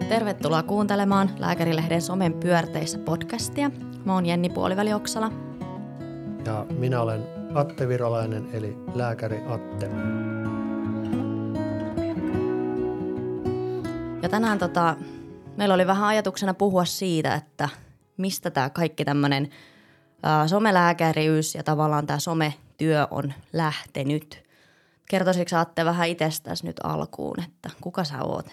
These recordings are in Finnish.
Tervetuloa kuuntelemaan Lääkärilehden somen pyörteissä podcastia. Mä oon Jenni Puoliväli-Oksala. Ja minä olen Atte Virolainen, eli lääkäri Atte. Ja tänään meillä oli vähän ajatuksena puhua siitä, että mistä tämä kaikki tämmöinen somelääkäriys ja tavallaan tämä sometyö on lähtenyt. Kertoisitko Atte vähän itsestäsi nyt alkuun, että kuka sä oot?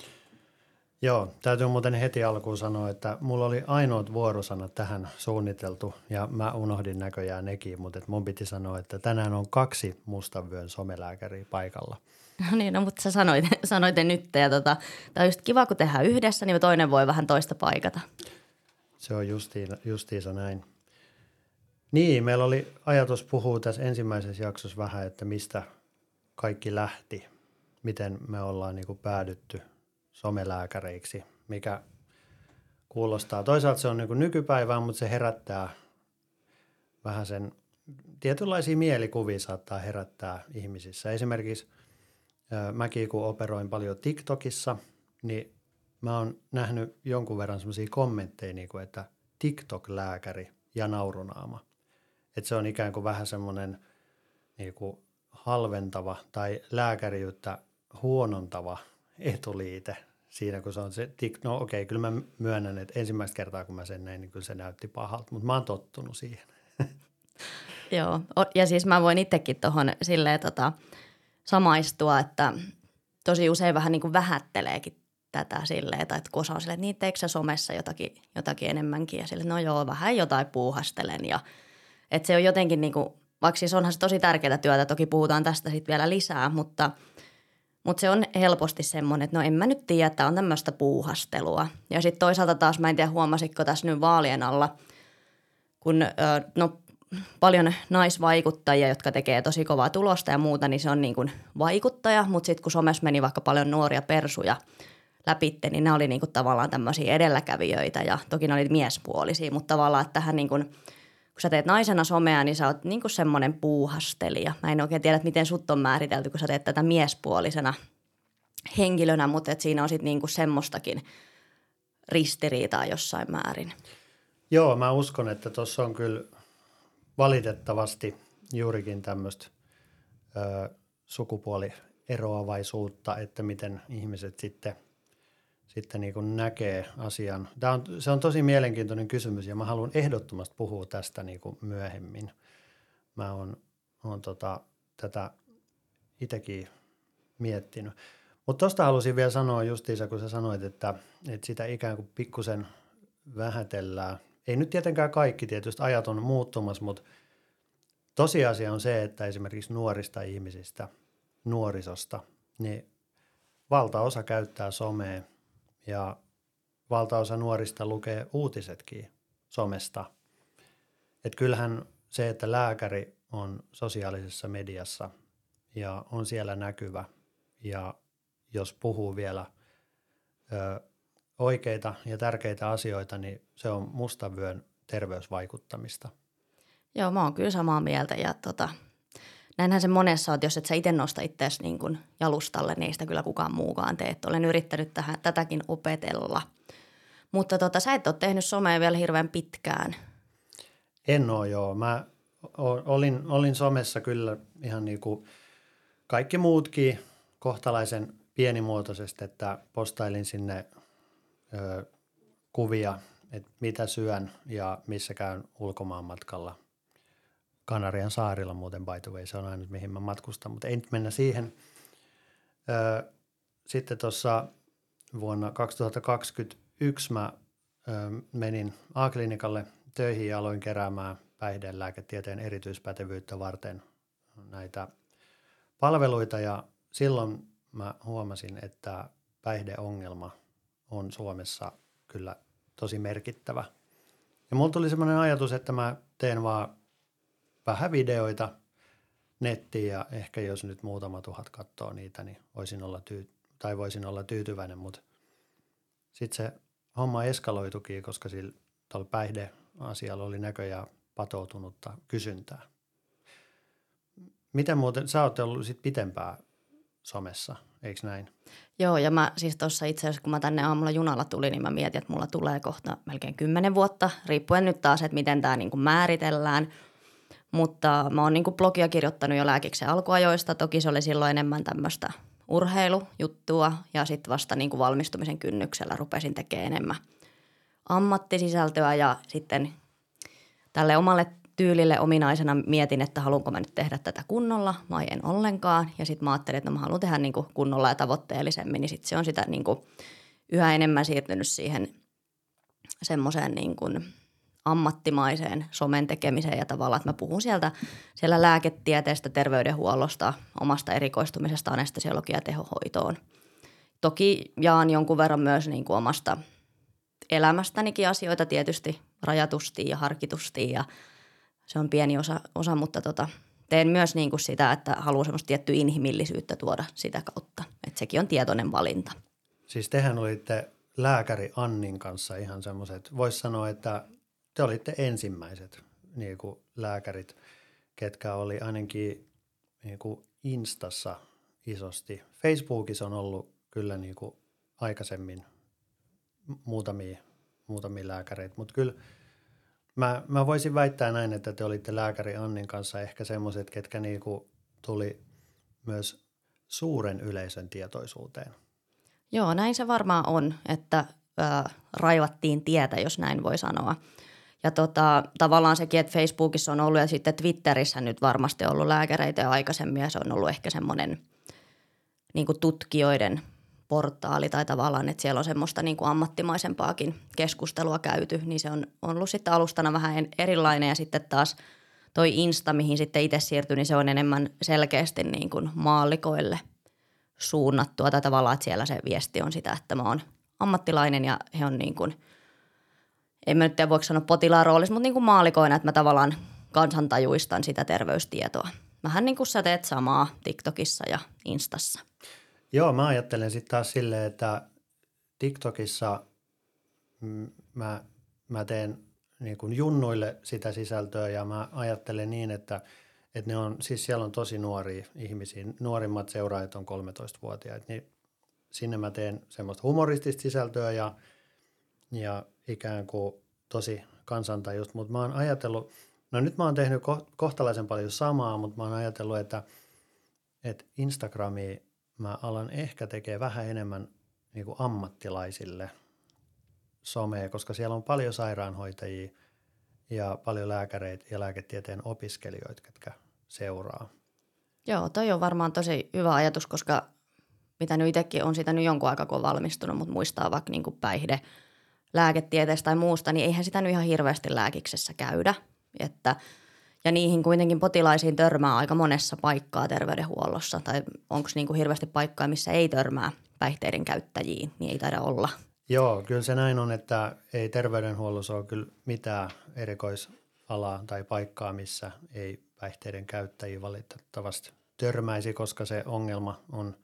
Joo, täytyy muuten heti alkuun sanoa, että mulla oli ainoat vuorosanat tähän suunniteltu ja mä unohdin näköjään nekin, mutta mun piti sanoa, että tänään on 2 Mustanvyön somelääkäriä paikalla. Niin, no mutta sä sanoit nyt ja tämä on just kiva, kun tehdään yhdessä, niin toinen voi vähän toista paikata. Se on justiinsa näin. Niin, meillä oli ajatus puhua tässä ensimmäisessä jaksossa vähän, että mistä kaikki lähti, miten me ollaan niin kuin päädytty somelääkäreiksi, mikä kuulostaa. Toisaalta se on niin kuin nykypäivää, mutta se herättää vähän sen, tietynlaisia mielikuvia saattaa herättää ihmisissä. Esimerkiksi mäkin kun operoin paljon TikTokissa, niin mä oon nähnyt jonkun verran semmoisia kommentteja, niin kuin, että TikTok-lääkäri ja naurunaama. Että se on ikään kuin vähän semmoinen niin kuin halventava tai lääkäriyttä huonontava etuliite siinä, kun se on se, no okei, kyllä mä myönnän, että ensimmäistä kertaa kun mä sen näin, niin kyllä se näytti pahalta, mutta mä oon tottunut siihen. Joo, ja siis mä voin itsekin tuohon silleen samaistua, että tosi usein vähän niin kuin vähätteleekin tätä silleen, että kun osaa silleen, että niin teekö sä somessa jotakin enemmänkin ja silleen, no joo, vähän jotain puuhastelen ja että se on jotenkin niin kuin, vaikka siis onhan se tosi tärkeää työtä, toki puhutaan tästä sitten vielä lisää, mutta se on helposti semmoinen, että no en mä nyt tiedä, että on tämmöistä puuhastelua. Ja sitten toisaalta taas mä en tiedä huomasitko tässä nyt vaalien alla, kun paljon naisvaikuttajia, jotka tekee tosi kovaa tulosta ja muuta, niin se on niin kuin vaikuttaja. Mutta sitten kun somessa meni vaikka paljon nuoria persuja läpitte, niin ne oli niin kuin tavallaan tämmöisiä edelläkävijöitä ja toki ne oli miespuolisia, mutta tavallaan, että tähän niin kuin kun sä teet naisena somea, niin sä oot niinku semmoinen puuhastelija. Mä en oikein tiedä, miten sut on määritelty, kun sä teet tätä miespuolisena henkilönä, mutta et siinä on sitten niinku semmoistakin ristiriitaa jossain määrin. Joo, mä uskon, että tuossa on kyllä valitettavasti juurikin tämmöistä sukupuolieroavaisuutta, että miten ihmiset sitten niin kuin näkee asian. Se on tosi mielenkiintoinen kysymys ja mä haluan ehdottomasti puhua tästä niin kuin myöhemmin. Mä oon tätä itsekin miettinyt. Mutta tuosta halusin vielä sanoa justiinsa, kun sä sanoit, että sitä ikään kuin pikkusen vähätellään. Ei nyt tietenkään kaikki, tietysti ajat on muuttumassa, mutta tosiasia on se, että esimerkiksi nuorista ihmisistä, nuorisosta, niin valtaosa käyttää somea. Ja valtaosa nuorista lukee uutisetkin somesta. Että kyllähän se, että lääkäri on sosiaalisessa mediassa ja on siellä näkyvä ja jos puhuu vielä oikeita ja tärkeitä asioita, niin se on Mustanvyön terveysvaikuttamista. Joo, mä oon kyllä samaa mieltä ja näinhän se monessa on, että jos et sä itse nosta itseäsi niin kuin jalustalle, niin ei sitä kyllä kukaan muukaan tee. Olen yrittänyt tätäkin opetella. Mutta sä et ole tehnyt somea vielä hirveän pitkään. En ole, joo. Mä olin somessa kyllä ihan niin kuin kaikki muutkin kohtalaisen pienimuotoisesti, että postailin sinne kuvia, että mitä syön ja missä käyn ulkomaanmatkalla. Kanarian saarilla muuten, by the way, se on ainut mihin mä matkustan, mutta ei nyt mennä siihen. Sitten tuossa vuonna 2021 mä menin A-klinikalle töihin ja aloin keräämään päihdelääketieteen erityispätevyyttä varten näitä palveluita ja silloin mä huomasin, että päihdeongelma on Suomessa kyllä tosi merkittävä. Ja mulla tuli semmoinen ajatus, että mä teen vaan vähän videoita nettiin ja ehkä jos nyt muutama tuhat katsoo niitä, niin voisin olla tyytyväinen, mutta sitten se homma eskaloitukin, koska tuolla päihdeasialla oli näköjään patoutunutta kysyntää. Miten muuten, sä oot ollut sit pitempään somessa, eikö näin? Joo, ja mä siis tuossa itse asiassa, kun mä tänne aamulla junalla tulin, niin mä mietin, että mulla tulee kohta melkein 10 vuotta, riippuen nyt taas, että miten tämä niin määritellään. Mutta mä oon niin blogia kirjoittanut jo lääkiksen alkuajoista. Toki se oli silloin enemmän tämmöistä urheilujuttua ja sitten vasta niin valmistumisen kynnyksellä rupesin tekemään enemmän ammattisisältöä ja sitten tälle omalle tyylille ominaisena mietin, että haluanko mä nyt tehdä tätä kunnolla vai en ollenkaan. Ja sitten mä ajattelin, että mä haluan tehdä niin kuin kunnolla ja tavoitteellisemmin, niin sitten se on sitä niin kuin yhä enemmän siirtynyt siihen semmoiseen niin kuin ammattimaiseen somen tekemiseen ja tavallaan, että mä puhun siellä lääketieteestä, terveydenhuollosta, omasta erikoistumisesta anestesiologia- ja tehohoitoon. Toki jaan jonkun verran myös niin kuin omasta elämästänikin asioita tietysti rajatusti ja harkitusti ja se on pieni osa mutta teen myös niin kuin sitä, että haluan semmoista tiettyä inhimillisyyttä tuoda sitä kautta. Että sekin on tietoinen valinta. Siis tehän olitte lääkäri Annin kanssa ihan semmoiset, voisi sanoa, että te olitte ensimmäiset niin kuin lääkärit, ketkä oli ainakin niin kuin Instassa isosti. Facebookissa on ollut kyllä niin kuin aikaisemmin muutamia lääkäreitä, mutta kyllä mä voisin väittää näin, että te olitte lääkäri Annin kanssa ehkä semmoiset, ketkä niin kuin tuli myös suuren yleisön tietoisuuteen. Joo, näin se varmaan on, että raivattiin tietä, jos näin voi sanoa. Ja tavallaan sekin, että Facebookissa on ollut ja sitten Twitterissä nyt varmasti on ollut lääkäreitä jo aikaisemmin ja se on ollut ehkä semmoinen niin kuin tutkijoiden portaali tai tavallaan, että siellä on semmoista niin kuin ammattimaisempaakin keskustelua käyty, niin se on ollut sitten alustana vähän erilainen ja sitten taas toi Insta, mihin sitten itse siirtyi, niin se on enemmän selkeästi niin kuin maallikoille suunnattua tai tavallaan, että siellä se viesti on sitä, että mä oon ammattilainen ja he on niin kuin, en mä nyt tiedä voiko sanoa potilaan roolissa, mutta niin kuin maalikoina, että mä tavallaan kansantajuistan sitä terveystietoa. Vähän niin kuin sä teet samaa TikTokissa ja Instassa. Joo, mä ajattelen sitten taas silleen, että TikTokissa mä teen niin kuin junnuille sitä sisältöä ja mä ajattelen niin, että ne on, siis siellä on tosi nuoria ihmisiä, nuorimmat seuraajat on 13-vuotiaita, niin sinne mä teen semmoista humoristista sisältöä ja ikään kuin tosi kansantajuista, mutta mä oon ajatellut, no nyt mä oon tehnyt kohtalaisen paljon samaa, mutta mä oon ajatellut, että Instagramia mä alan ehkä tekee vähän enemmän niin kuin ammattilaisille somea, koska siellä on paljon sairaanhoitajia ja paljon lääkäreitä ja lääketieteen opiskelijoita, jotka seuraa. Joo, toi on varmaan tosi hyvä ajatus, koska mitä nyt itsekin on sitä nyt jonkun aikaa, kun on valmistunut, mutta muistaa vaikka niin kuin päihde, lääketieteestä tai muusta, niin eihän sitä nyt ihan hirveästi lääkiksessä käydä. Ja niihin kuitenkin potilaisiin törmää aika monessa paikkaa terveydenhuollossa. Tai onko niin kuin hirveästi paikkaa, missä ei törmää päihteiden käyttäjiin, niin ei taida olla. Joo, kyllä se näin on, että ei terveydenhuollossa ole kyllä mitään erikoisalaa tai paikkaa, missä ei päihteiden käyttäjiä valitettavasti törmäisi, koska se ongelma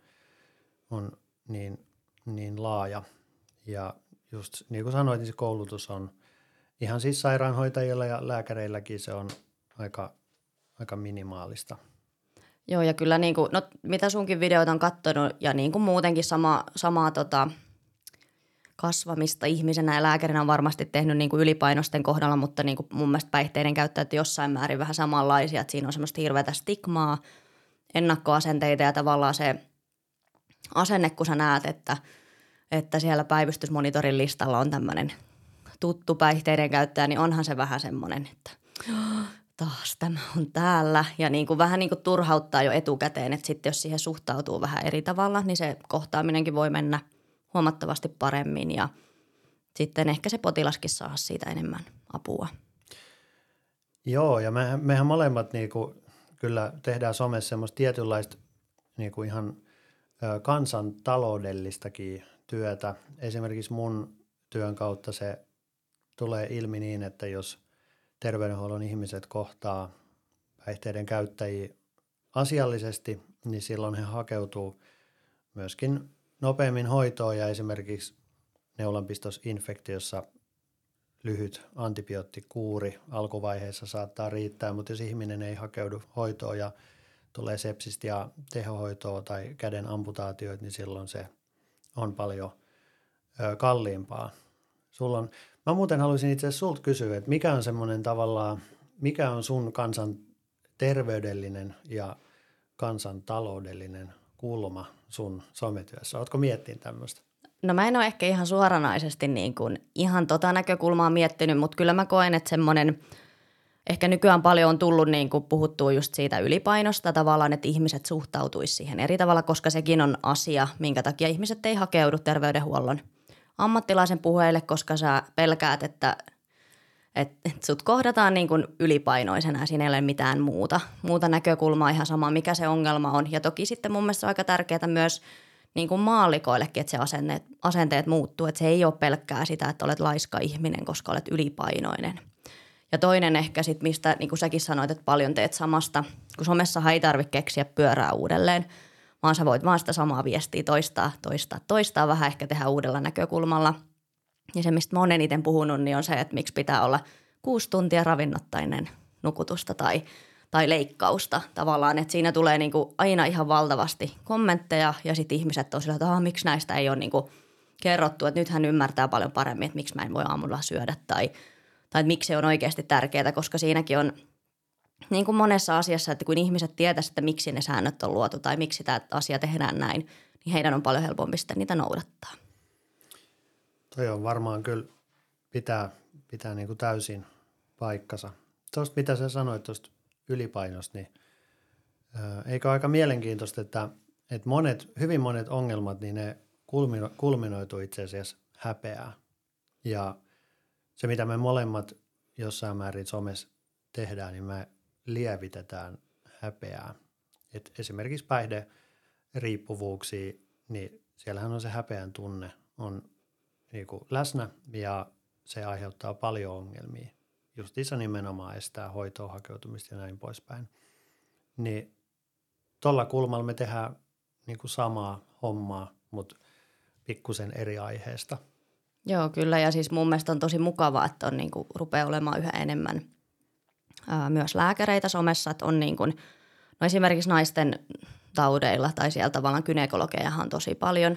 on niin laaja. Ja just niin kuin sanoit, niin se koulutus on ihan siis sairaanhoitajilla ja lääkäreilläkin se on aika minimaalista. Joo, ja kyllä niin kuin, no mitä sunkin videoita on katsonut ja niin kuin muutenkin samaa kasvamista ihmisenä ja lääkärinä on varmasti tehnyt niin kuin ylipainosten kohdalla, mutta niin kuin mun mielestä päihteiden käyttäjät jossain määrin vähän samanlaisia, että siinä on semmoista hirveätä stigmaa, ennakkoasenteita ja tavallaan se asenne, kun sä näet, että siellä päivystysmonitorin listalla on tämmöinen tuttu päihteiden käyttäjä, niin onhan se vähän semmoinen, että taas tämä on täällä. Ja niin kuin vähän niin kuin turhauttaa jo etukäteen, että sitten jos siihen suhtautuu vähän eri tavalla, niin se kohtaaminenkin voi mennä huomattavasti paremmin ja sitten ehkä se potilaskin saa siitä enemmän apua. Joo, ja mehän molemmat niinku kyllä tehdään somessa semmoista tietynlaista niinku ihan kansantaloudellistakin työtä. Esimerkiksi mun työn kautta se tulee ilmi niin, että jos terveydenhuollon ihmiset kohtaa päihteiden käyttäjiä asiallisesti, niin silloin he hakeutuu myöskin nopeammin hoitoon ja esimerkiksi neulanpistosinfektiossa lyhyt antibioottikuuri alkuvaiheessa saattaa riittää, mutta jos ihminen ei hakeudu hoitoon ja tulee sepsistä ja tehohoitoa tai käden amputaatioita, niin silloin se on paljon kalliimpaa. Mä muuten haluaisin itse asiassa sulta kysyä, että mikä on semmoinen tavallaan, mikä on sun kansan terveydellinen ja kansantaloudellinen kulma sun sometyössä? Ootko miettinyt tämmöistä? No mä en ole ehkä ihan suoranaisesti niin kuin ihan näkökulmaa miettinyt, mutta kyllä mä koen, että semmoinen ehkä nykyään paljon on tullut niin kuin puhuttua just siitä ylipainosta tavallaan, että ihmiset suhtautuisi siihen eri tavalla, koska sekin on asia, minkä takia ihmiset ei hakeudu terveydenhuollon ammattilaisen puheille, koska sä pelkäät, että sut kohdataan niin kuin ylipainoisena ja siinä ei ole mitään muuta näkökulmaa, ihan sama mikä se ongelma on. Ja toki sitten mun mielestä on aika tärkeää myös niin kuin maallikoillekin, että se asenteet muuttuu, että se ei ole pelkkää sitä, että olet laiska ihminen, koska olet ylipainoinen. Ja toinen ehkä sitten, mistä niin kuin säkin sanoit, että paljon teet samasta, kun somessahan ei tarvitse keksiä pyörää uudelleen, vaan sä voit vaan sitä samaa viestiä toistaa, vähän ehkä tehdä uudella näkökulmalla. Ja se, mistä mä oon eniten puhunut, niin on se, että miksi pitää olla 6 tuntia ravinnottainen nukutusta tai leikkausta tavallaan. Että siinä tulee niin kuin aina ihan valtavasti kommentteja ja sitten ihmiset on sillä, että miksi näistä ei ole niin kuin kerrottu, että nyt hän ymmärtää paljon paremmin, että miksi mä en voi aamulla syödä tai että miksi se on oikeasti tärkeää, koska siinäkin on niin kuin monessa asiassa, että kun ihmiset tietävät, että miksi ne säännöt on luotu tai miksi tämä asia tehdään näin, niin heidän on paljon helpompi sitten niitä noudattaa. Toi on varmaan kyllä pitää niin kuin täysin paikkansa. Tuosta mitä sä sanoit tuosta ylipainosta, niin eikö aika mielenkiintoista, että hyvin monet ongelmat, niin ne kulminoituu itse asiassa häpeää. Ja se, mitä me molemmat jossain määrin somessa tehdään, niin me lievitetään häpeää. Et esimerkiksi päihderiippuvuuksia, niin siellähän on se häpeän tunne on niinku läsnä ja se aiheuttaa paljon ongelmia. Justiinsa nimenomaan estää hoitoon hakeutumista ja näin poispäin. Niin tuolla kulmalla me tehdään niinku samaa hommaa, mutta pikkusen eri aiheesta. Joo, kyllä. Ja siis mun mielestä on tosi mukavaa, että on niin kuin, rupeaa olemaan yhä enemmän myös lääkäreitä somessa. Että on niin kuin, no esimerkiksi naisten taudeilla tai siellä tavallaan gynekologejahan on tosi paljon,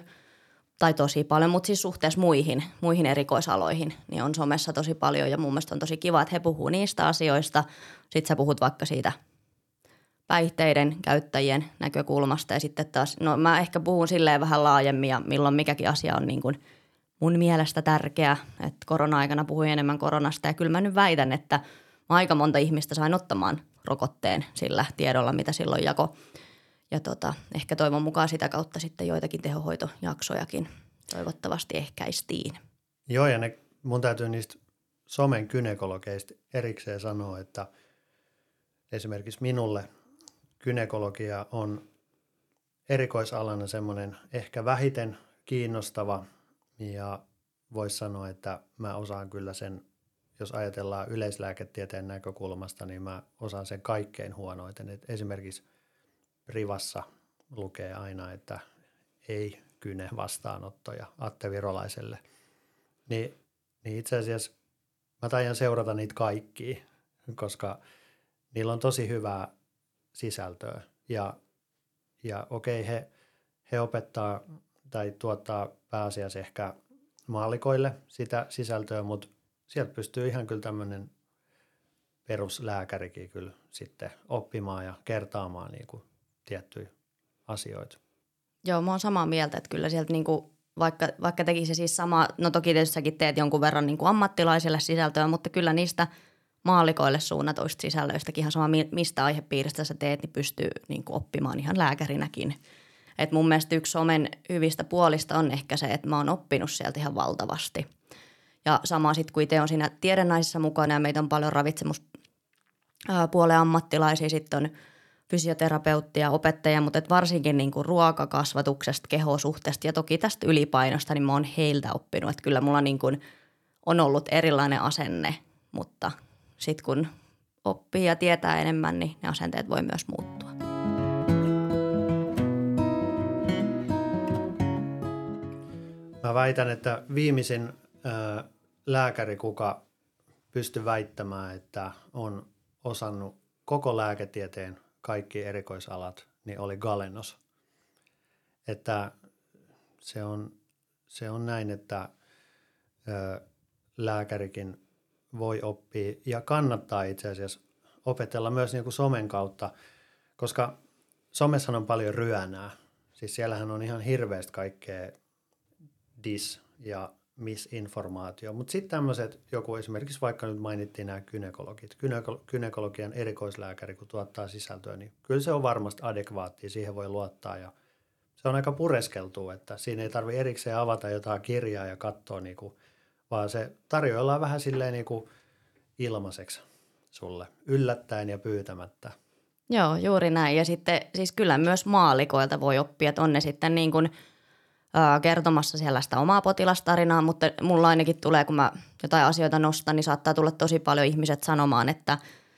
mutta siis suhteessa muihin erikoisaloihin, niin on somessa tosi paljon. Ja mun mielestä on tosi kiva, että he puhuu niistä asioista. Sitten sä puhut vaikka siitä päihteiden käyttäjien näkökulmasta ja sitten taas, no mä ehkä puhun silleen vähän laajemmin ja milloin mikäkin asia on niin kuin mun mielestä tärkeä, että korona-aikana puhuin enemmän koronasta ja kyllä mä nyt väitän, että mä aika monta ihmistä sain ottamaan rokotteen sillä tiedolla, mitä silloin jako. Ja ehkä toivon mukaan sitä kautta sitten joitakin tehohoitojaksojakin toivottavasti ehkäistiin. Joo, ja mun täytyy niistä somen gynekologeista erikseen sanoa, että esimerkiksi minulle gynekologia on erikoisalana semmoinen ehkä vähiten kiinnostava ja voisi sanoa, että mä osaan kyllä sen, jos ajatellaan yleislääketieteen näkökulmasta, niin mä osaan sen kaikkein huonoiten. Et esimerkiksi Privassa lukee aina, että ei gyne vastaanottoja Atte Virolaiselle. Niin itse asiassa mä taidan seurata niitä kaikkia, koska niillä on tosi hyvää sisältöä. Ja okei, he opettaa tai tuottaa pääasiassa ehkä maallikoille sitä sisältöä, mutta sieltä pystyy ihan kyllä tämmöinen peruslääkärikin kyllä sitten oppimaan ja kertaamaan niin kuin tiettyjä asioita. Joo, mä oon samaa mieltä, että kyllä sieltä niin kuin, vaikka tekisi se siis sama, no toki tietysti säkin teet jonkun verran niin kuin ammattilaisille sisältöä, mutta kyllä niistä maallikoille suunnatuista sisällöistäkin ihan sama mistä aihepiiristä sä teet, niin pystyy niin kuin oppimaan ihan lääkärinäkin. Et mun mielestä yksi somen hyvistä puolista on ehkä se, että mä oon oppinut sieltä ihan valtavasti. Ja sama sitten, kun itse on siinä tiedennaisissa mukana ja meitä on paljon ravitsemuspuolen ammattilaisia, sitten on fysioterapeuttia, opettajia, mutta et varsinkin niin kuin ruokakasvatuksesta, kehosuhteesta ja toki tästä ylipainosta, niin mä oon heiltä oppinut. Että kyllä mulla niin kuin on ollut erilainen asenne, mutta sitten kun oppii ja tietää enemmän, niin ne asenteet voi myös muuttua. Mä väitän, että viimeisin lääkäri, kuka pystyi väittämään, että on osannut koko lääketieteen kaikki erikoisalat, niin oli Galenos. Että se on näin, että lääkärikin voi oppia ja kannattaa itse asiassa opetella myös niin kuin somen kautta, koska somessahan on paljon ryönää. Siis siellähän on ihan hirveästi kaikkea dis- ja misinformaatio. Mutta sitten tämmöiset, joku esimerkiksi vaikka nyt mainittiin nämä gynekologit, gynekologian erikoislääkäri, kun tuottaa sisältöä, niin kyllä se on varmasti adekvaattia, siihen voi luottaa ja se on aika pureskeltua, että siinä ei tarvitse erikseen avata jotain kirjaa ja katsoa, niinku, vaan se tarjoillaan vähän silleen niinku ilmaiseksi sulle, yllättäen ja pyytämättä. Joo, juuri näin. Ja sitten siis kyllä myös maallikoilta voi oppia, että on ne sitten niin kuin kertomassa siellä sitä omaa potilastarinaa, mutta mulla ainakin tulee, kun mä jotain asioita nostan, niin saattaa tulla tosi paljon ihmiset sanomaan, että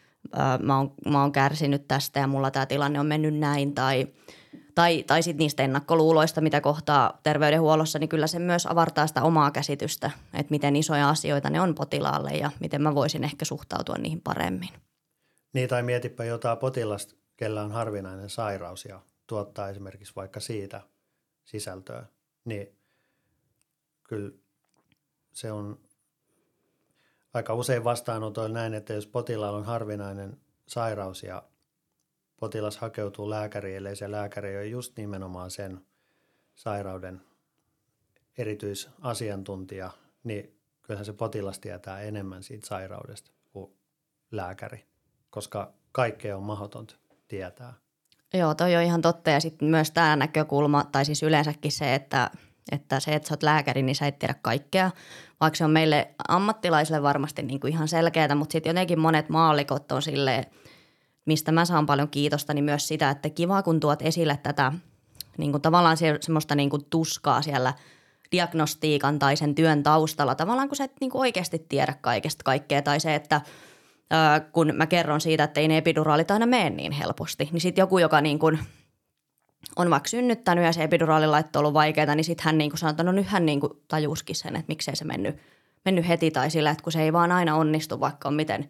mä oon kärsinyt tästä ja mulla tämä tilanne on mennyt näin tai sitten niistä ennakkoluuloista, mitä kohtaa terveydenhuollossa, niin kyllä se myös avartaa sitä omaa käsitystä, että miten isoja asioita ne on potilaalle ja miten mä voisin ehkä suhtautua niihin paremmin. Niin, tai mietipä jotain potilasta, kellä on harvinainen sairaus ja tuottaa esimerkiksi vaikka siitä sisältöä, niin kyllä se on aika usein vastaanotoilla näin, että jos potilaalla on harvinainen sairaus ja potilas hakeutuu lääkäriin, ellei se lääkäri ole just nimenomaan sen sairauden erityisasiantuntija, niin kyllähän se potilas tietää enemmän siitä sairaudesta kuin lääkäri, koska kaikkea on mahdotonta tietää. Joo, toi on ihan totta ja sitten myös tämä näkökulma, tai siis yleensäkin se, että se, että sä oot lääkäri, niin sä et tiedä kaikkea, vaikka se on meille ammattilaisille varmasti niin kuin ihan selkeää, mutta sitten jotenkin monet maallikot on silleen, mistä mä saan paljon kiitosta, niin myös sitä, että kiva kun tuot esille tätä niin kuin tavallaan semmoista niin kuin tuskaa siellä diagnostiikan tai sen työn taustalla, tavallaan kun sä et niin kuin oikeasti tiedä kaikkea tai se, että kun mä kerron siitä, että ei ne epiduraalit aina mene niin helposti, niin sitten joku, joka niin kuin on vaikka synnyttänyt ja se epiduraalilaitto on ollut vaikeaa, niin sitten hän niin kuin sanoo, että no nyt hän niin kuin tajusikin sen, että miksei se mennyt heti tai sillä, että kun se ei vaan aina onnistu, vaikka on miten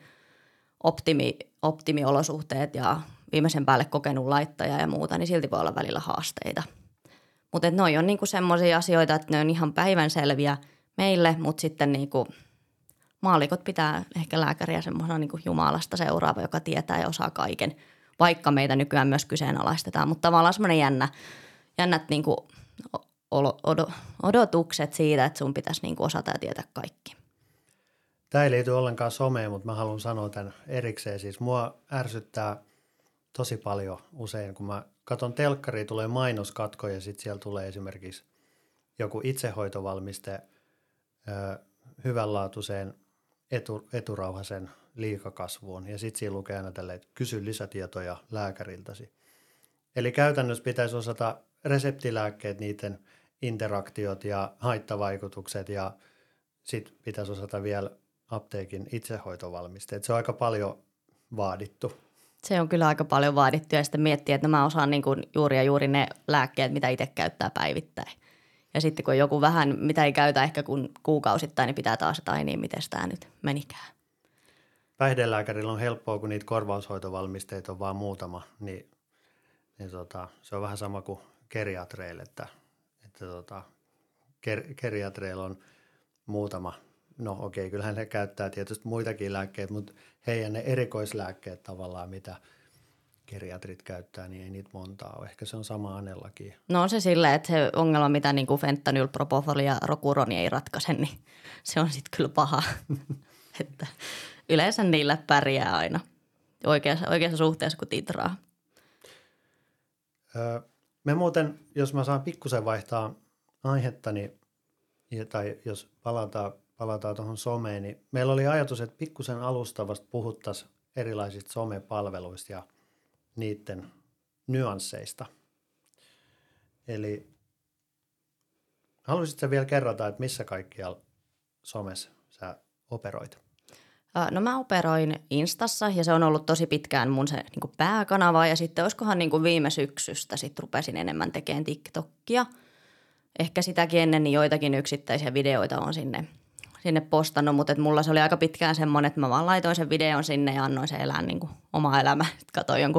optimiolosuhteet ja viimeisen päälle kokenut laittaja ja muuta, niin silti voi olla välillä haasteita. Mutta noi on niinku semmoisia asioita, että ne on ihan päivänselviä meille, mutta sitten niinku maallikot pitää ehkä lääkäriä semmoisena niinku jumalasta seuraava, joka tietää ja osaa kaiken, vaikka meitä nykyään myös kyseenalaistetaan. Mutta tavallaan semmoinen jännät niinku odotukset siitä, että sun pitäisi niinku osata ja tietää kaikki. Tämä ei liity ollenkaan someen, mutta mä haluan sanoa tämän erikseen. Siis mua ärsyttää tosi paljon usein, kun mä katson telkkaria, tulee mainoskatko ja sitten siellä tulee esimerkiksi joku itsehoitovalmiste hyvänlaatuiseen eturauhasen liikakasvuun. Ja sitten siinä lukee aina tälleen, että kysy lisätietoja lääkäriltäsi. Eli käytännössä pitäisi osata reseptilääkkeet, niiden interaktiot ja haittavaikutukset ja sitten pitäisi osata vielä apteekin itsehoitovalmisteet. Se on aika paljon vaadittu. Se on kyllä aika paljon vaadittu ja sitten miettiä, että mä osaan niin kuin juuri ne lääkkeet, mitä itse käyttää päivittäin. Ja sitten kun joku vähän, mitä ei käytä ehkä kun kuukausittain, niin pitää taas, että ai niin, miten tämä nyt menikään. Päihdelääkärillä on helppoa, kun niitä korvaushoitovalmisteita on vaan muutama, niin se on vähän sama kuin geriatreille, että geriatreilla on muutama. No okei, kyllähän he käyttää tietysti muitakin lääkkeitä, mutta heidän ne erikoislääkkeet tavallaan, mitä geriatrit käyttää, niin ei niitä montaa ole. Ehkä se on sama Anellakin. No on se silleen, että se ongelma, mitä niin kuin fentanyl, propofol ja rokuroni ei ratkaise, niin se on sitten kyllä paha. Että yleensä niillä pärjää aina oikeassa suhteessa kuin titraa. Me muuten, jos mä saan pikkusen vaihtaa aihetta, niin, tai jos palataan tuohon someen, niin meillä oli ajatus, että pikkusen alustavasti puhuttaisiin erilaisista somepalveluista ja niiden nyansseista. Eli haluaisitko vielä kerrata, että missä kaikkialla somessa sä operoit? No mä operoin Instassa ja se on ollut tosi pitkään mun se niin kuin pääkanava ja sitten olisikohan niin kuin viime syksystä sitten rupesin enemmän tekemään TikTokia. Ehkä sitäkin ennen niin joitakin yksittäisiä videoita on sinne postannut, mutta mulla se oli aika pitkään semmoinen, että mä vaan laitoin sen videon sinne ja annoin sen elää niin kuin omaa elämää. Sitten katsoin jonkun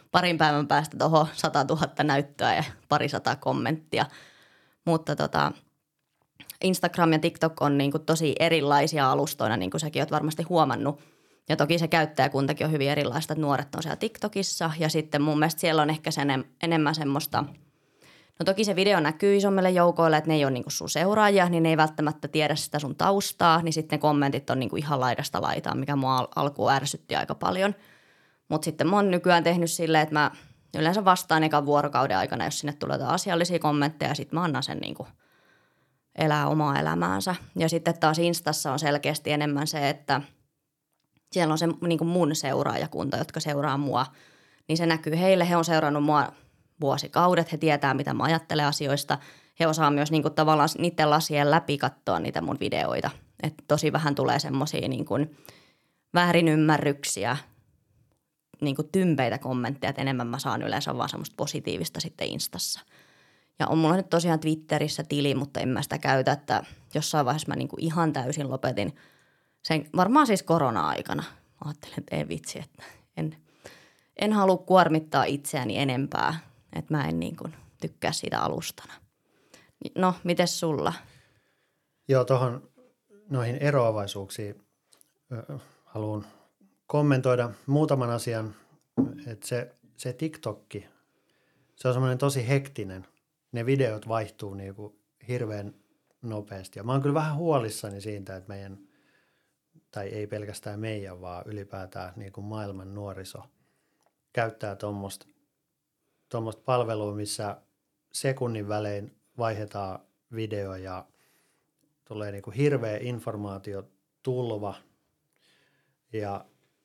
parin päivän päästä tuohon 100 000 näyttöä ja 200 kommenttia. Mutta Instagram ja TikTok on niin kuin tosi erilaisia alustoina, niin kuin säkin oot varmasti huomannut. Ja toki se käyttäjäkuntakin on hyvin erilaista, että nuoret on siellä TikTokissa ja sitten mun mielestä siellä on ehkä enemmän semmoista, no toki se video näkyy isommille joukoille, että ne ei ole niinku sun seuraajia, niin ne ei välttämättä tiedä sitä sun taustaa, niin sitten ne kommentit on niinku ihan laidasta laitaan, mikä mua alkuun ärsytti aika paljon. Mutta sitten mä oon nykyään tehnyt silleen, että mä yleensä vastaan ekan vuorokauden aikana, jos sinne tulee jotain asiallisia kommentteja, sitten mä annan sen niinku elää omaa elämäänsä. Ja sitten taas Instassa on selkeästi enemmän se, että siellä on se niinku mun seuraajakunta, jotka seuraa mua, niin se näkyy heille. He on seurannut mua vuosikaudet, he tietää, mitä mä ajattelen asioista. He osaa myös niinku tavallaan niiden lasien läpi katsoa niitä mun videoita. Et tosi vähän tulee semmoisia niinku väärinymmärryksiä, niinku tympeitä kommentteja, että enemmän mä saan yleensä vaan semmoista positiivista sitten Instassa. Ja on mulla nyt tosiaan Twitterissä tili, mutta en mä sitä käytä, että jossain vaiheessa mä niinku ihan täysin lopetin sen, varmaan siis korona-aikana. Mä ajattelin, että ei vitsi, että en halua kuormittaa itseäni enempää, että mä en niin kuin tykkää siitä alustana. No, mites sulla? Joo, noihin eroavaisuuksiin haluan kommentoida muutaman asian, että se TikTokki, se on semmoinen tosi hektinen. Ne videot vaihtuu niin kuin hirveän nopeasti. Ja mä oon kyllä vähän huolissani siitä, että meidän, tai ei pelkästään meidän, vaan ylipäätään niin kuin maailman nuoriso käyttää tuommoista palvelua, missä sekunnin välein vaihdetaan video ja tulee niin kuin hirveä informaatiotulva ja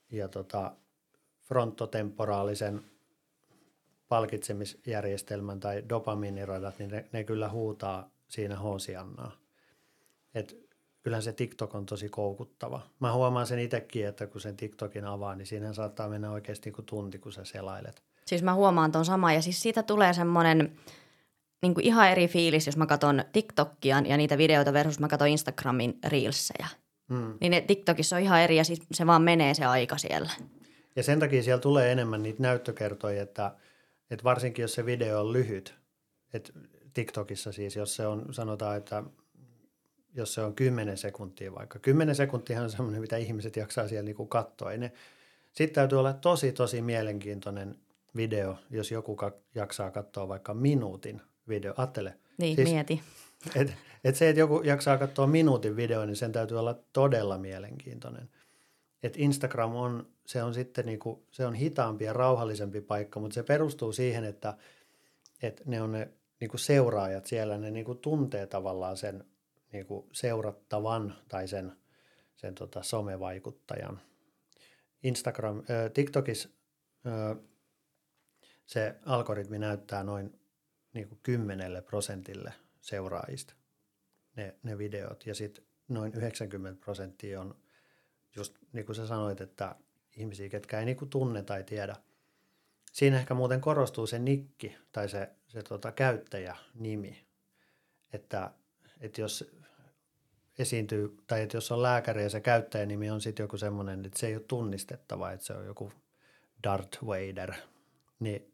frontotemporaalisen palkitsemisjärjestelmän tai dopamiiniradat, niin ne kyllä huutaa siinä hoosiannaa. Et kyllähän se TikTok on tosi koukuttava. Mä huomaan sen itsekin, että kun sen TikTokin avaa, niin siinä saattaa mennä oikeasti niin kuin tunti, kun sä selailet. Siis mä huomaan ton sama ja siis siitä tulee semmoinen niin kuin ihan eri fiilis, jos mä katson TikTokia ja niitä videoita versus mä katson Instagramin reelsejä. Niin ne TikTokissa on ihan eri ja siis se vaan menee se aika siellä. Ja sen takia siellä tulee enemmän niitä näyttökertoja, että varsinkin jos se video on lyhyt, että TikTokissa siis, jos se on, sanotaan, että jos se on 10 sekuntia vaikka. 10 sekuntia on semmoinen, mitä ihmiset jaksaa siellä niinku katsoa. Sitten täytyy olla tosi mielenkiintoinen video, jos joku jaksaa katsoa vaikka minuutin video. Ajattele. Niin, siis, mieti. Että joku jaksaa katsoa minuutin video, niin sen täytyy olla todella mielenkiintoinen. Et Instagram se on sitten niinku, se on hitaampi ja rauhallisempi paikka, mutta se perustuu siihen, että ne on ne niinku seuraajat siellä, ne niinku tuntee tavallaan sen niinku seurattavan tai sen somevaikuttajan. TikTokissa se algoritmi näyttää noin niinku 10% seuraajista ne videot ja sitten noin 90% on just niin kuin sä sanoit, että ihmisiä, ketkä ei niinku tunne tai tiedä. Siinä ehkä muuten korostuu se nikki tai se käyttäjänimi, että jos esiintyy tai että jos on lääkäri ja se käyttäjänimi on sitten joku semmoinen, että se ei ole tunnistettava, että se on joku Darth Vader, niin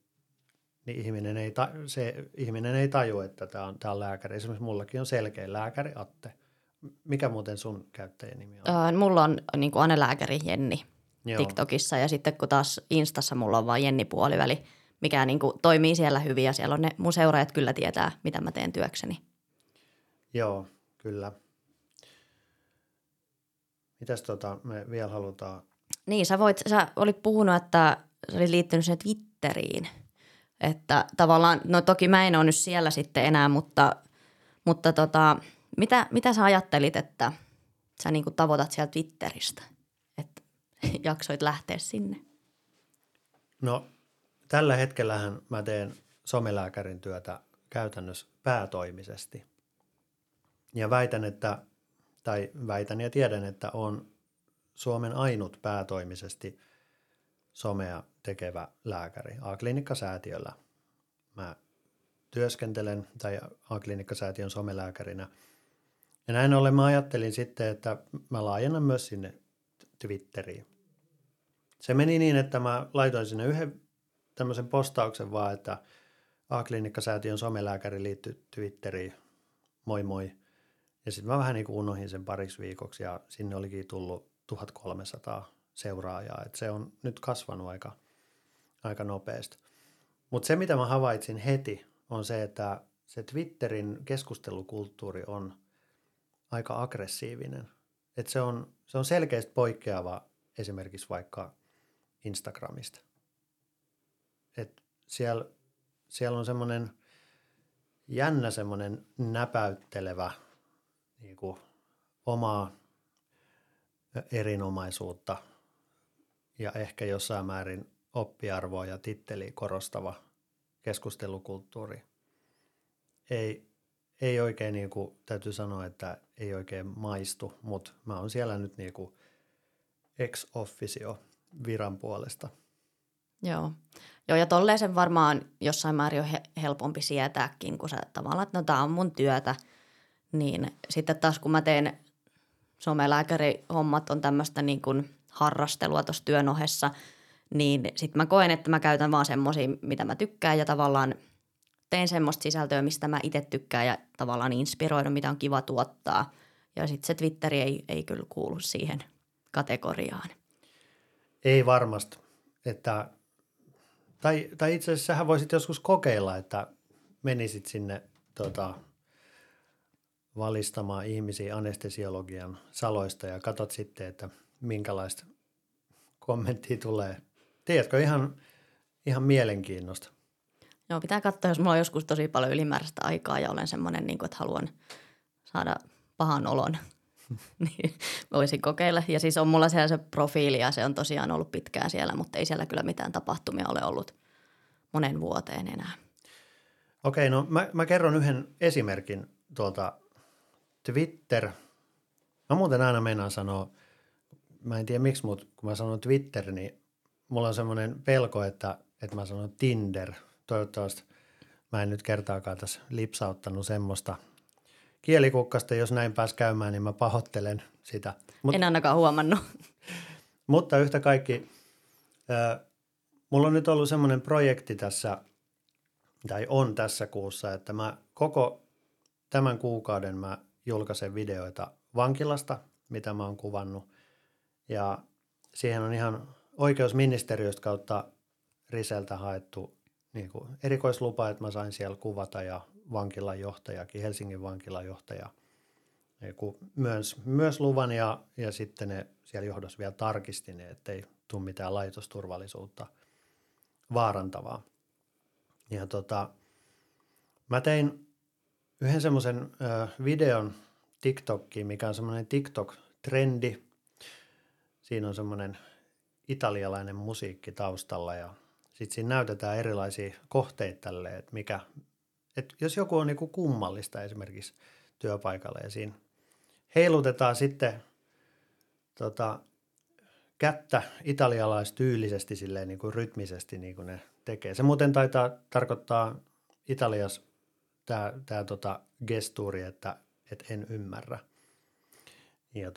ihminen ei taju, että tämä on lääkäri. Esimerkiksi mullakin on selkeä lääkäri Atte. Mikä muuten sun käyttäjänimi on? Mulla on niin kuin Ane-lääkäri Jenni TikTokissa ja sitten kun taas Instassa mulla on vaan Jenni puoliväli, mikä niin kuin toimii siellä hyvin ja siellä on ne mun seuraajat kyllä tietää, mitä mä teen työkseni. Joo, kyllä. Mitäs me vielä halutaan? Niin, sä olit puhunut, että sä olit liittynyt sen Twitteriin. Että tavallaan, no toki mä en ole nyt siellä sitten enää, mutta mitä sä ajattelit, että sä niinku tavoitat sieltä Twitteristä, että jaksoit lähteä sinne? No tällä hetkellähän mä teen somelääkärin työtä käytännössä päätoimisesti. Ja väitän ja tiedän, että on Suomen ainut päätoimisesti somea tekevä lääkäri A-klinikkasäätiöllä. Mä työskentelen tai A-klinikkasäätiön somelääkärinä. Ja näin ollen mä ajattelin sitten, että mä laajennan myös sinne Twitteriin. Se meni niin, että mä laitoin sinne tämmöisen postauksen vaan, että A-klinikkasäätiön somelääkäri liittyy Twitteriin, moi moi. Ja sitten mä vähän niin kuin unohin sen pariksi viikoksi ja sinne olikin tullut 1300 seuraajaa. Et se on nyt kasvanut aika nopeasti. Mutta se, mitä mä havaitsin heti, on se, että se Twitterin keskustelukulttuuri on aika aggressiivinen. Et se on selkeästi poikkeava esimerkiksi vaikka Instagramista. Et siellä on semmoinen jännä semmoinen näpäyttelevä niin kuin omaa erinomaisuutta ja ehkä jossain määrin oppiarvoa ja titteliä korostava keskustelukulttuuri. Ei oikein, niin kuin, täytyy sanoa, että ei oikein maistu, mutta mä oon siellä nyt niin kuin ex officio viran puolesta. Joo, ja tolleen sen varmaan jossain määrin on helpompi sietääkin, kun sä tavallaan, että no tää on mun työtä. Niin sitten taas kun mä teen somelääkärihommat on tämmöistä niin kuin harrastelua tuossa työn ohessa, niin sitten mä koen, että mä käytän vaan semmoisia, mitä mä tykkään ja tavallaan teen semmoista sisältöä, mistä mä itse tykkään ja tavallaan inspiroidun, mitä on kiva tuottaa. Ja sitten se Twitteri ei kyllä kuulu siihen kategoriaan. Ei varmasti. Tai itse asiassa sähän voisit joskus kokeilla, että menisit sinne valistamaan ihmisiä anestesiologian saloista ja katsot sitten, että minkälaista kommenttia tulee. Tiedätkö, ihan mielenkiinnosta. Joo, pitää katsoa, jos mulla on joskus tosi paljon ylimääräistä aikaa ja olen semmoinen, niin kuin, että haluan saada pahan olon, niin voisin kokeilla. Ja siis on mulla siellä se profiili ja se on tosiaan ollut pitkään siellä, mutta ei siellä kyllä mitään tapahtumia ole ollut monen vuoteen enää. Okei, no mä kerron yhden esimerkin tuolta Twitter. Mä muuten aina meinaan sanoa, mä en tiedä miksi, mutta kun mä sanon Twitter, niin mulla on semmoinen pelko, että mä sanon Tinder. Toivottavasti mä en nyt kertaakaan tässä lipsauttanut semmoista kielikukkasta. Jos näin pääsi käymään, niin mä pahoittelen sitä. En ainakaan huomannut. Mutta yhtä kaikki, mulla on nyt ollut semmoinen projekti tässä, tai on tässä kuussa, että mä koko tämän kuukauden mä julkaisen videoita vankilasta, mitä mä oon kuvannut. Ja siihen on ihan oikeusministeriöstä kautta Riseltä haettu niin kuin erikoislupa, että mä sain siellä kuvata ja vankilanjohtajakin, Helsingin vankilanjohtaja myös luvan ja sitten ne siellä johdossa vielä tarkisti ne, ettei tule mitään laitosturvallisuutta vaarantavaa. Ja mä tein yhden semmoisen videon TikTokkiin, mikä on semmoinen TikTok-trendi. Siinä on semmoinen italialainen musiikki taustalla ja sitten siinä näytetään erilaisia kohteita tälleen, että jos joku on niinku kummallista esimerkiksi työpaikalla ja siinä heilutetaan sitten kättä italialaistyylisesti silleen niinku rytmisesti niin kuin ne tekee. Se muuten taitaa tarkoittaa Italiassa tämä gestuuri, että en ymmärrä. Ja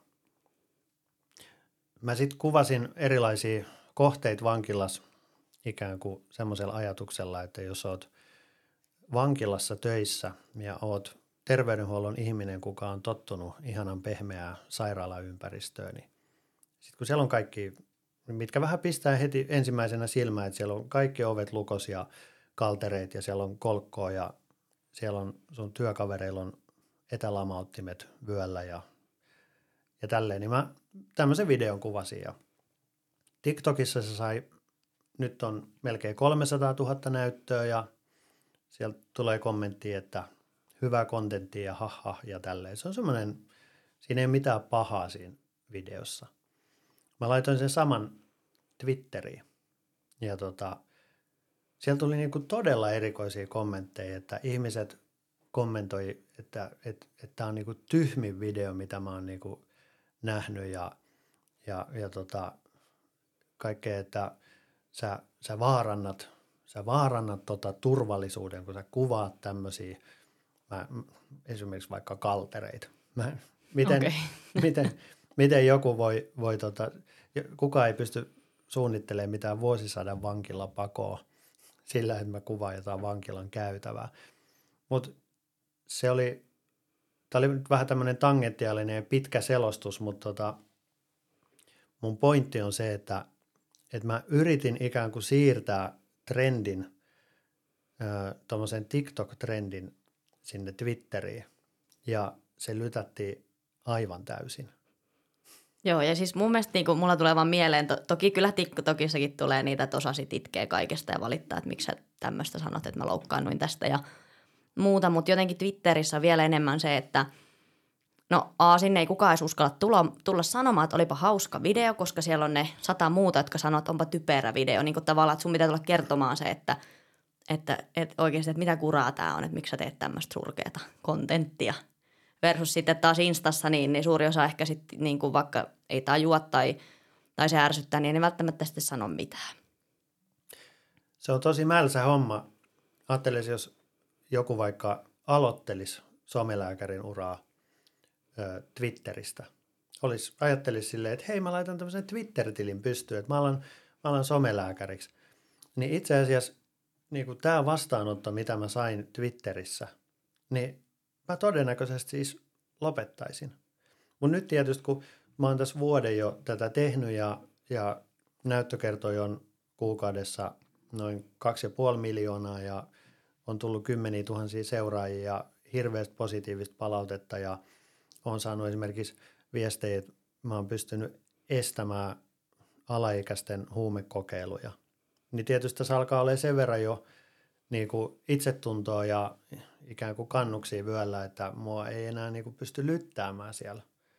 mä sitten kuvasin erilaisia kohteita vankilassa ikään kuin semmoisella ajatuksella, että jos oot vankilassa töissä ja oot terveydenhuollon ihminen, kuka on tottunut ihanan pehmeää sairaalaympäristöön, niin sitten kun siellä on kaikki, mitkä vähän pistää heti ensimmäisenä silmään, että siellä on kaikki ovet lukos ja kaltereet ja siellä on kolkkoa ja siellä on sun työkavereilla on etälamauttimet vyöllä ja tälleen, niin mä tämmöisen videon kuvasin ja TikTokissa se sai, nyt on melkein 300 000 näyttöä ja sieltä tulee kommentti, että hyvää kontenttia ja haha ja tälleen. Se on semmoinen, siinä ei ole mitään pahaa siinä videossa. Mä laitoin sen saman Twitteriin ja siellä tuli niinku todella erikoisia kommentteja, että ihmiset kommentoi, että tää on niinku tyhmin video, mitä mä oon niinku nähnyt ja kaikkea, että sä vaarannat turvallisuuden, kun sä kuvaat tämmöisiä, esimerkiksi vaikka kaltereita. Miten joku voi kukaan ei pysty suunnittelemaan mitään vuosisadan vankilapakoa sillä, että mä kuvaan jotain vankilan käytävää. Mutta tämä oli vähän tämmöinen tangentiaalinen ja pitkä selostus, mutta mun pointti on se, että mä yritin ikään kuin siirtää trendin, tuommoisen TikTok-trendin sinne Twitteriin ja se lytättiin aivan täysin. Joo, ja siis mun mielestä niin mulla tulee vaan mieleen, toki kyllä TikTokissakin tulee niitä, että osa sit itkee kaikesta ja valittaa, että miksi sä tämmöistä sanot, että mä loukkaannuin tästä ja muuta, mutta jotenkin Twitterissä on vielä enemmän se, että sinne ei kukaan edes uskalla tulla sanomaan, että olipa hauska video, koska siellä on ne 100 muuta, jotka sanoo, että onpa typerä video. Niin kuin tavallaan, että sun pitää tulla kertomaan se, että oikeasti, että mitä kuraa tää on, että miksi sä teet tämmöistä surkeata kontenttia. Versus sitten taas Instassa, niin suuri osa ehkä sitten niin kuin vaikka ei tajua tai se ärsyttää, niin ei välttämättä sitten sano mitään. Se on tosi mälsä homma. Ajattelisin, jos joku vaikka aloittelisi somelääkärin uraa Twitteristä. Ajattelisi silleen, että hei, mä laitan tämmöisen Twitter-tilin pystyyn, että mä alan somelääkäriksi. Niin itse asiassa niin tämä vastaanotto, mitä mä sain Twitterissä, niin mä todennäköisesti siis lopettaisin. Mutta nyt tietysti, kun mä oon tässä vuoden jo tätä tehnyt ja näyttökertoja on kuukaudessa noin 2,5 miljoonaa ja on tullut 10 000 seuraajia ja hirveästi positiivista palautetta ja olen saanut esimerkiksi viestejä, että mä oon pystynyt estämään alaikäisten huumekokeiluja. Niin tietysti tässä alkaa olla sen verran jo niin kuin itsetuntoa ja ikään kuin kannuksia vyöllä, että mua ei enää niin kuin pysty lyttäämään siellä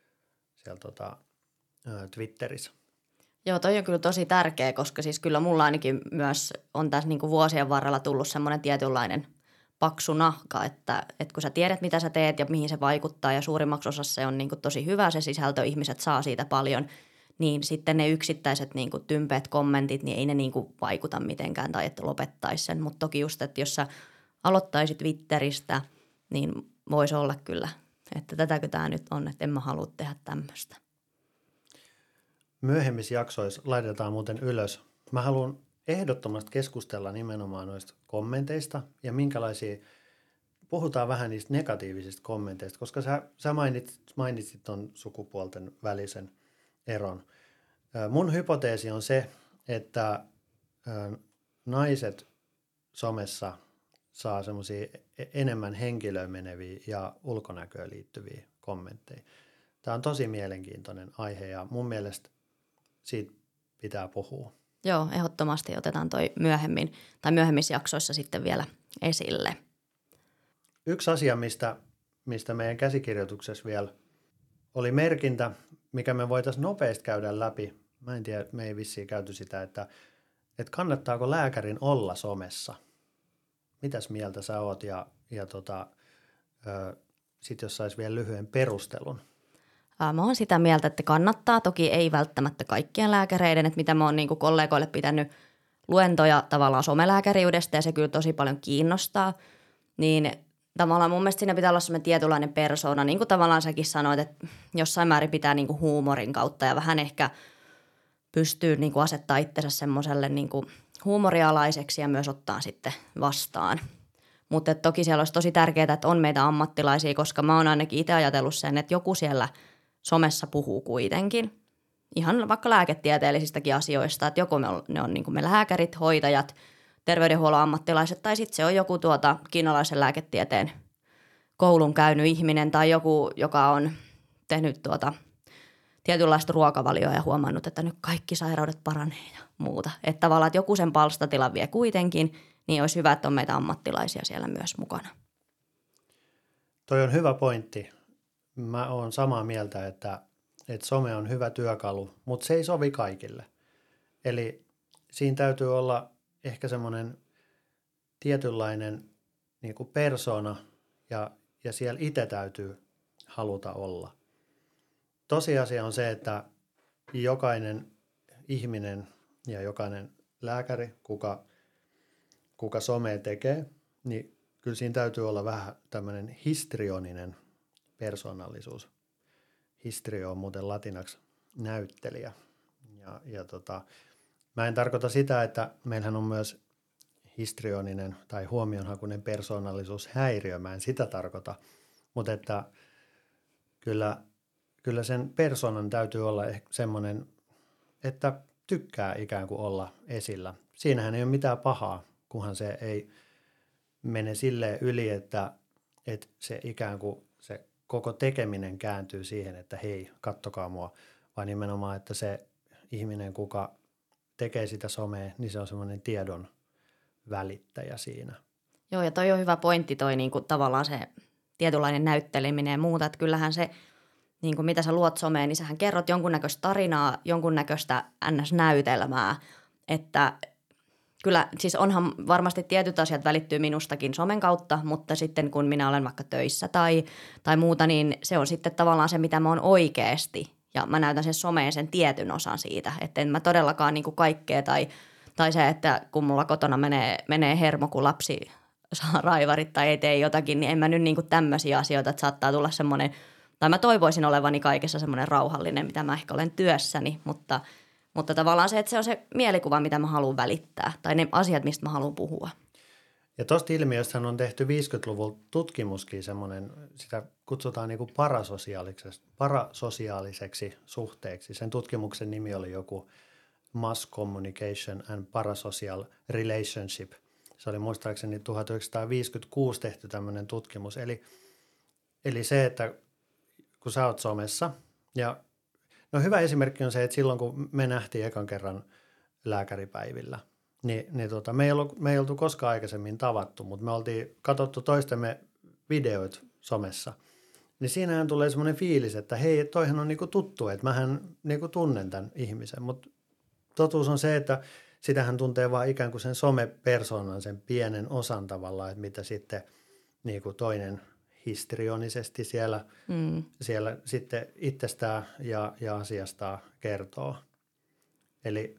Twitterissä. Joo, toi on kyllä tosi tärkeä, koska siis kyllä mulla ainakin myös on tässä niin kuin vuosien varrella tullut semmoinen tietynlainen paksu nahka, että kun sä tiedät, mitä sä teet ja mihin se vaikuttaa ja suurimmaksi osassa se on niin kuin tosi hyvä se sisältö, ihmiset saa siitä paljon, niin sitten ne yksittäiset niin kuin tympeät kommentit, niin ei ne niin kuin vaikuta mitenkään tai että lopettaisi sen. Mutta toki just, että jos sä aloittaisit Twitteristä, niin voisi olla kyllä, että tätäkö tämä nyt on, että en mä halua tehdä tämmöistä. Myöhemmissä jaksoissa laitetaan muuten ylös. Mä haluan ehdottomasti keskustella nimenomaan noista kommenteista ja puhutaan vähän niistä negatiivisista kommenteista, koska sä mainitsit ton sukupuolten välisen eron. Mun hypoteesi on se, että naiset somessa saa semmoisia enemmän henkilöön meneviä ja ulkonäköön liittyviä kommentteja. Tämä on tosi mielenkiintoinen aihe ja mun mielestä siitä pitää puhua. Joo, ehdottomasti otetaan toi myöhemmissä jaksoissa sitten vielä esille. Yksi asia, mistä meidän käsikirjoituksessa vielä oli merkintä, mikä me voitaisiin nopeasti käydä läpi. Mä en tiedä, me ei vissiin käyty sitä, että kannattaako lääkärin olla somessa. Mitäs mieltä sä oot ja sit jos sais vielä lyhyen perustelun. Mä oon sitä mieltä, että kannattaa. Toki ei välttämättä kaikkien lääkäreiden, että mitä mä oon niin kuin kollegoille pitänyt luentoja tavallaan somelääkäriydestä ja se kyllä tosi paljon kiinnostaa. Niin tavallaan mun mielestä siinä pitää olla semmoinen tietynlainen persoona, niin kuin tavallaan säkin sanoit, että jossain määrin pitää niin kuin huumorin kautta ja vähän ehkä pystyy niin kuin asettaa itsensä semmoiselle niin kuin huumorialaiseksi ja myös ottaa sitten vastaan. Mutta toki siellä olisi tosi tärkeää, että on meitä ammattilaisia, koska mä oon ainakin itse ajatellut sen, että joku siellä somessa puhuu kuitenkin. Ihan vaikka lääketieteellisistäkin asioista, että joko ne on niin kuin me lääkärit, hoitajat, terveydenhuollon ammattilaiset tai sitten se on joku kiinalaisen lääketieteen koulun käynyt ihminen tai joku, joka on tehnyt tietynlaista ruokavalioa ja huomannut, että nyt kaikki sairaudet paranee ja muuta. Että tavallaan, että joku sen palstatilan vie kuitenkin, niin olisi hyvä, että on meitä ammattilaisia siellä myös mukana. Toi on hyvä pointti. Mä oon samaa mieltä, että some on hyvä työkalu, mutta se ei sovi kaikille. Eli siinä täytyy olla ehkä semmoinen tietynlainen niin kuin persona ja siellä itse täytyy haluta olla. Tosiasia on se, että jokainen ihminen ja jokainen lääkäri, kuka somea tekee, niin kyllä siinä täytyy olla vähän tämmöinen histrioninen persoonallisuus. Histrio on muuten latinaksi näyttelijä. Mä en tarkoita sitä, että meillähän on myös histrioninen tai huomionhakuinen persoonallisuushäiriö. Mä en sitä tarkoita, mutta että kyllä sen persoonan täytyy olla semmoinen, että tykkää ikään kuin olla esillä. Siinähän ei ole mitään pahaa, kunhan se ei mene silleen yli, että se ikään kuin se koko tekeminen kääntyy siihen, että hei, kattokaa mua, vaan nimenomaan, että se ihminen, kuka tekee sitä somea, niin se on semmoinen tiedon välittäjä siinä. Joo, ja toi on hyvä pointti toi niin kuin tavallaan se tietynlainen näytteleminen ja muuta, että kyllähän se, niin kuin mitä sä luot someen, niin sähän kerrot jonkunnäköistä tarinaa, jonkunnäköistä NS-näytelmää, että kyllä, siis onhan varmasti tietyt asiat välittyy minustakin somen kautta, mutta sitten kun minä olen vaikka töissä tai muuta, niin se on sitten tavallaan se, mitä mä oon oikeasti. Ja mä näytän sen someen sen tietyn osan siitä, että en mä todellakaan niin kuin kaikkea tai se, että kun mulla kotona menee hermo, kun lapsi saa raivarit tai ei tee jotakin, niin en mä nyt niin kuin tämmöisiä asioita, että saattaa tulla semmoinen, tai mä toivoisin olevani kaikessa semmoinen rauhallinen, mitä mä ehkä olen työssäni, mutta tavallaan se, että se on se mielikuva, mitä mä haluan välittää, tai ne asiat, mistä mä haluan puhua. Ja tuosta ilmiöstähän on tehty 50-luvulla tutkimuskin semmoinen, sitä kutsutaan niin kuin parasosiaaliseksi suhteeksi. Sen tutkimuksen nimi oli joku Mass Communication and Parasocial Relationship. Se oli muistaakseni 1956 tehty tämmöinen tutkimus. Eli se, että kun sä oot somessa ja no hyvä esimerkki on se, että silloin kun me nähtiin ekan kerran lääkäripäivillä, niin me ei oltu koskaan aikaisemmin tavattu, mutta me oltiin katsottu toistemme videoita somessa. Niin siinähän tulee semmoinen fiilis, että hei, toihan on niinku tuttu, että mähän niinku tunnen tämän ihmisen. Mutta totuus on se, että sitähän tuntee vaan ikään kuin sen somepersoonan, sen pienen osan tavallaan, että mitä sitten niinku toinen histrionisesti siellä sitten itsestään ja asiastaan kertoo. Eli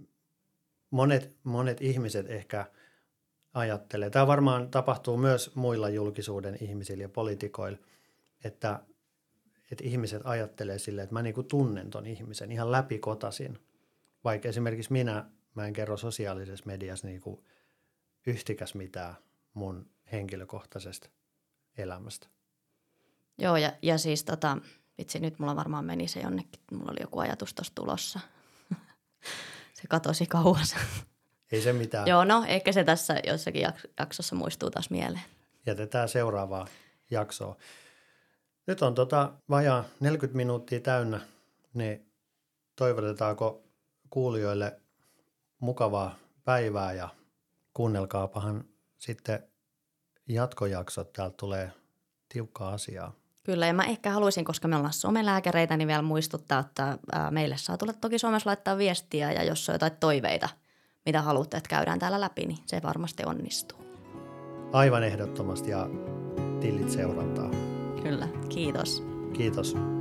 monet ihmiset ehkä ajattelee, tämä varmaan tapahtuu myös muilla julkisuuden ihmisillä ja poliitikoilla, että ihmiset ajattelee silleen, että mä niinku tunnen ton ihmisen ihan läpikotaisin. Vaikka esimerkiksi mä en kerro sosiaalisessa mediassa niinku yhtikäs mitään mun henkilökohtaisesta elämästä. Joo, ja siis vitsi, nyt mulla varmaan meni se jonnekin, mulla oli joku ajatus tuossa tulossa. Se katosi kauas. Ei se mitään. Joo, no ehkä se tässä jossakin jaksossa muistuu taas mieleen. Jätetään seuraavaa jaksoa. Nyt on vajaa 40 minuuttia täynnä, niin toivotetaanko kuulijoille mukavaa päivää ja kuunnelkaapahan sitten jatkojaksot. Täältä tulee tiukkaa asiaa. Kyllä, ja mä ehkä haluaisin, koska me ollaan somelääkäreitä, niin vielä muistuttaa, että meille saa tulla toki Suomessa laittaa viestiä, ja jos on jotain toiveita, mitä haluatte, että käydään täällä läpi, niin se varmasti onnistuu. Aivan ehdottomasti, ja tilit seurantaa. Kyllä, kiitos. Kiitos.